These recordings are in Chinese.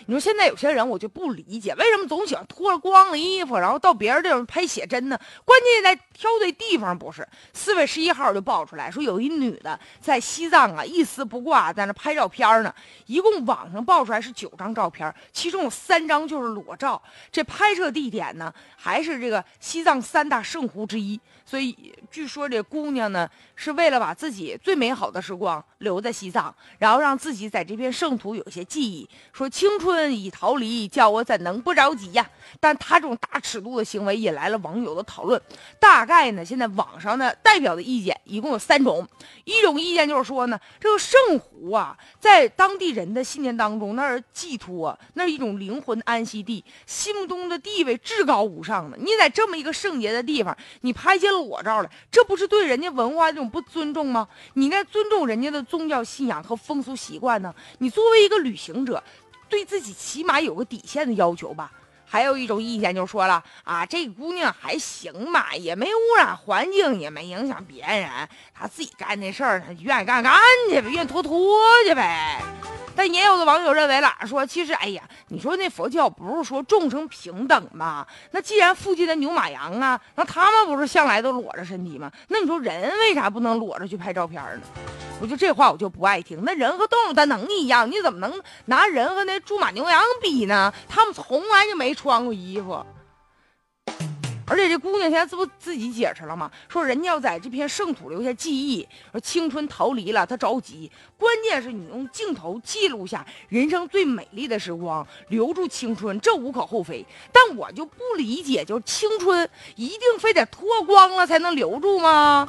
你说现在有些人我就不理解，为什么总喜欢脱了光了衣服，然后到别人这种拍写真呢？关键在挑对地方不是？4月11号就爆出来说，有一女的在西藏啊一丝不挂，在那拍照片呢。一共网上爆出来是9张照片，其中有3张就是裸照。这拍摄地点呢，还是这个西藏3大圣湖之一。所以据说这姑娘呢，是为了把自己最美好的时光留在西藏，然后让自己在这片圣土有一些记忆。说青春已逃离，叫我怎能不着急呀？但他这种大尺度的行为引来了网友的讨论。大概呢，现在网上的代表的意见一共有3种。一种意见就是说呢，这个圣湖啊，在当地人的信念当中，那是寄托，那是一种灵魂安息地，心目中的地位至高无上的。你在这么一个圣洁的地方，你拍些裸照了，这不是对人家文化这种不尊重吗？你应该尊重人家的宗教信仰和风俗习惯呢。你作为一个旅行者，对自己起码有个底线的要求吧。还有一种意见就说了啊，这个姑娘还行吧，也没污染环境，也没影响别人，她自己干那事儿，她愿意干干去呗，愿意脱去呗。但也有的网友认为了，说其实哎呀，你说那佛教不是说众生平等吗？那既然附近的牛马羊啊，那他们不是向来都裸着身体吗？那你说人为啥不能裸着去拍照片呢？我就这话我就不爱听。那人和动物它能一样？你怎么能拿人和那猪马牛羊比呢？他们从来就没穿过衣服。而且这姑娘现在不自己解释了吗？说人家要在这片圣土留下记忆，说青春逃离了，她着急。关键是你用镜头记录下人生最美丽的时光，留住青春，这无可厚非。但我就不理解，就是青春一定非得脱光了才能留住吗？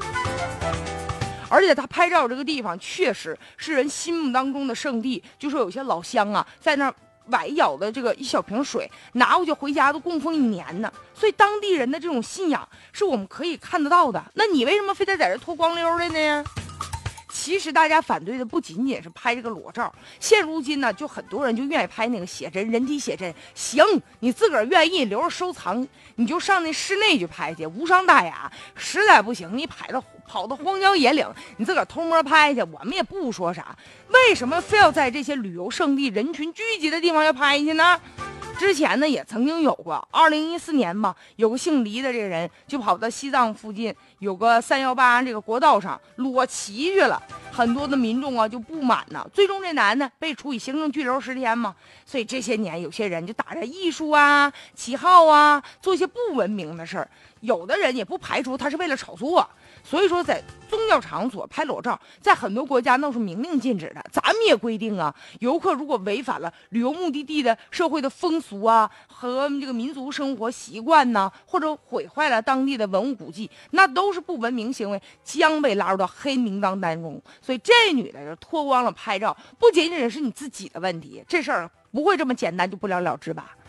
而且他拍照这个地方确实是人心目当中的圣地，就说有些老乡啊，在那儿崴舀的这个一小瓶水拿回去回家都供奉1年呢。所以当地人的这种信仰是我们可以看得到的。那你为什么非得在这脱光溜的呢？其实大家反对的不仅仅是拍这个裸照，现如今呢，就很多人就愿意拍那个写真，人体写真。行，你自个儿愿意留着收藏，你就上那室内去拍去，无伤大雅。实在不行，你跑到荒郊野岭，你自个儿偷摸拍去，我们也不说啥。为什么非要在这些旅游胜地、人群聚集的地方要拍去呢？之前呢也曾经有过，2014年吧，有个姓黎的这个人就跑到西藏附近有个318这个国道上裸骑去了，很多的民众啊就不满呢，最终这男的被处以行政拘留10天嘛。所以这些年有些人就打着艺术啊、旗号啊，做一些不文明的事儿，有的人也不排除他是为了炒作。所以说在宗教场所拍裸照，在很多国家那是明令禁止的。咱们也规定啊，游客如果违反了旅游目的地的社会的风俗啊和这个民族生活习惯呢，或者毁坏了当地的文物古迹，那都是不文明行为，将被拉入到黑名单当中。所以这女的就脱光了拍照，不仅仅是你自己的问题，这事儿不会这么简单就不了了之吧。